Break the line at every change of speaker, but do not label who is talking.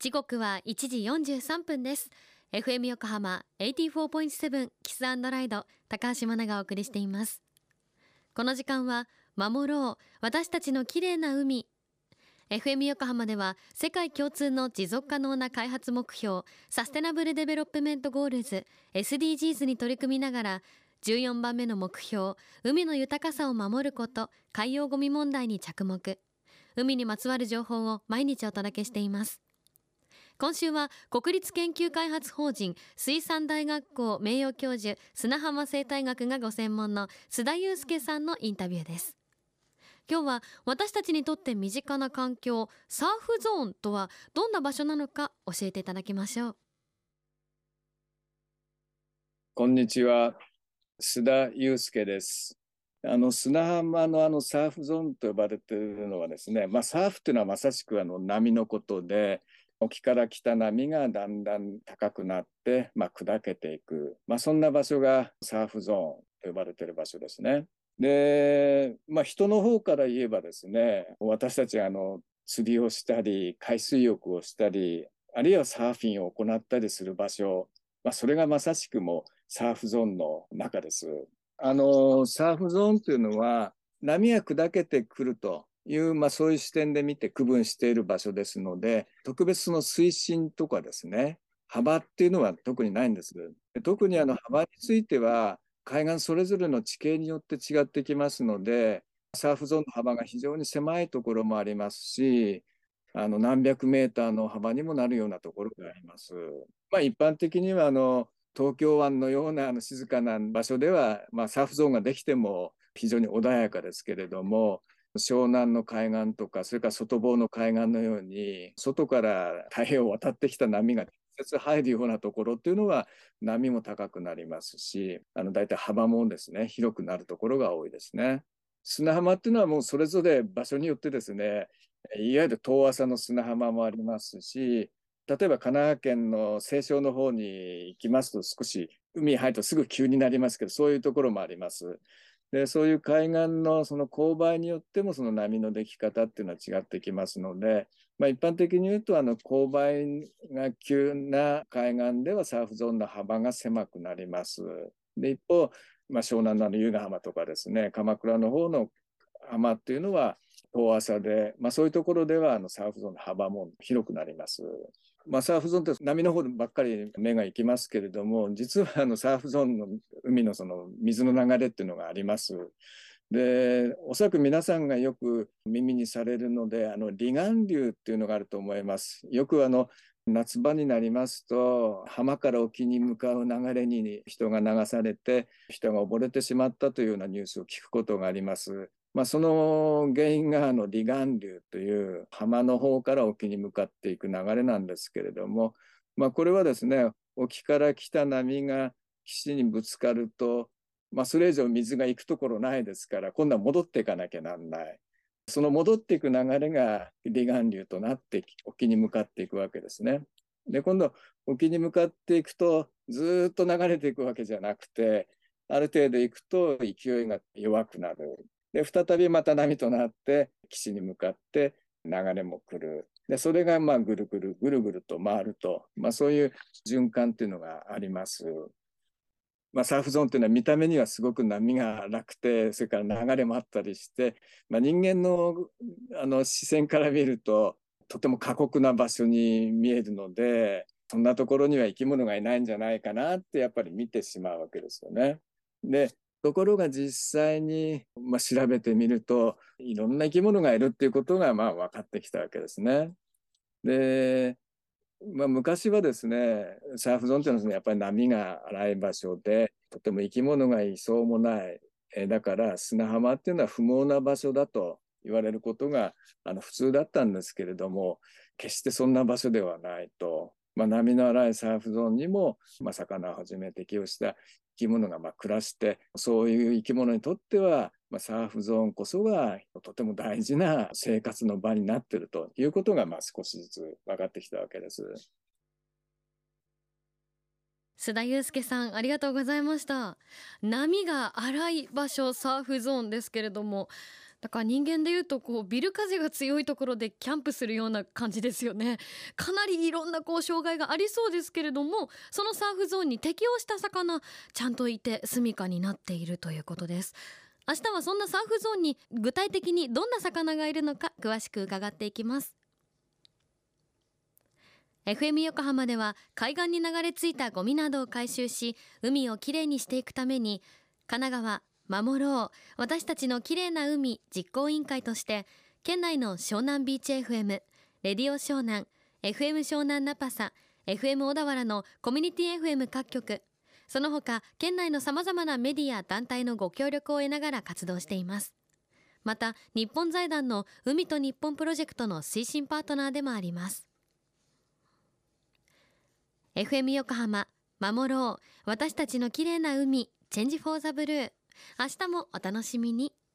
時刻は1時43分です。 FM 横浜 84.7 キス&ライド、高橋真奈がお送りしています。この時間は守ろう私たちの綺麗な海。 FM 横浜では世界共通の持続可能な開発目標サステナブルデベロップメントゴールズ SDGs に取り組みながら、14番目の目標海の豊かさを守ること、海洋ゴミ問題に着目。海にまつわる情報を毎日お届けしています。今週は国立研究開発法人水産大学校名誉教授、砂浜生態学がご専門の須田祐介さんのインタビューです。今日は私たちにとって身近な環境、サーフゾーンとはどんな場所なのか教えていただきましょう。
こんにちは、須田祐介です。砂浜のサーフゾーンと呼ばれているのはですね、サーフというのはまさしく波のことで、沖から来た波がだんだん高くなって、砕けていく、そんな場所がサーフゾーンと呼ばれている場所ですね。で、人の方から言えばですね、私たち釣りをしたり海水浴をしたり、あるいはサーフィンを行ったりする場所、それがまさしくもサーフゾーンの中です。サーフゾーンというのは波が砕けてくるという、そういう視点で見て区分している場所ですので、特別その水深とかですね、幅っていうのは特にないんです。特に幅については海岸それぞれの地形によって違ってきますので、サーフゾーンの幅が非常に狭いところもありますし、何百メーターの幅にもなるようなところがあります。一般的には東京湾のような静かな場所では、サーフゾーンができても非常に穏やかですけれども、湘南の海岸とか、それから外房の海岸のように外から太平洋を渡ってきた波が直接入るようなところっていうのは波も高くなりますし、だいたい幅もですね広くなるところが多いですね。砂浜っていうのはもうそれぞれ場所によってですね、いわゆる遠浅の砂浜もありますし、例えば神奈川県の西湘の方に行きますと、少し海に入るとすぐ急になりますけど、そういうところもあります。で、そういう海岸のその勾配によってもその波のでき方っていうのは違ってきますので、一般的に言うと勾配が急な海岸ではサーフゾーンの幅が狭くなります。で、一方、湘南の由比ヶ浜とかですね、鎌倉の方の浜っていうのは遠浅で、そういうところではサーフゾーンの幅も広くなります。サーフゾーンって波の方ばっかり目が行きますけれども、実はサーフゾーンの海のその水の流れっていうのがあります。で、おそらく皆さんがよく耳にされるので、離岸流っていうのがあると思います。よく夏場になりますと、浜から沖に向かう流れに人が流されて、人が溺れてしまったというようなニュースを聞くことがあります。その原因が離岸流という浜の方から沖に向かっていく流れなんですけれども、これはですね、沖から来た波が岸にぶつかると、それ以上水が行くところないですから、今度は戻っていかなきゃなんない。その戻っていく流れが離岸流となって沖に向かっていくわけですね。で、今度沖に向かっていくとずっと流れていくわけじゃなくて、ある程度行くと勢いが弱くなる。で、再びまた波となって岸に向かって流れも来る。で、それがぐるぐるぐるぐると回ると、そういう循環っていうのがあります。サーフゾーンっていうのは見た目にはすごく波が荒くて、それから流れもあったりして、人間の、視線から見るととても過酷な場所に見えるので、そんなところには生き物がいないんじゃないかなってやっぱり見てしまうわけですよね。で、ところが実際に、調べてみるといろんな生き物がいるっていうことが分かってきたわけですね。で、昔はですね、サーフゾーンっていうのはやっぱり波が荒い場所で、とても生き物がいそうもない。だから砂浜っていうのは不毛な場所だと言われることが普通だったんですけれども、決してそんな場所ではないと。波の荒いサーフゾーンにも、魚をはじめ適応した生き物が暮らして、そういう生き物にとっては、サーフゾーンこそがとても大事な生活の場になっているということが少しずつ分かってきたわけです。
須田祐介さん、ありがとうございました。波が荒い場所、サーフゾーンですけれども、 だから人間でいうとビル風が強いところでキャンプするような感じですよね。かなりいろんな障害がありそうですけれども、そのサーフゾーンに適応した魚ちゃんといて住処になっているということです。明日はそんなサーフゾーンに具体的にどんな魚がいるのか詳しく伺っていきます。 FM 横浜では海岸に流れ着いたゴミなどを回収し、海をきれいにしていくために神奈川守ろう私たちのきれいな海実行委員会として、県内の湘南ビーチ FM、 レディオ湘南、 FM 湘南ナパサ、 FM 小田原のコミュニティ FM 各局、その他県内のさまざまなメディア団体のご協力を得ながら活動しています。また日本財団の海と日本プロジェクトの推進パートナーでもあります。 FM 横浜守ろう私たちのきれいな海チェンジフォーザブルー、明日もお楽しみに。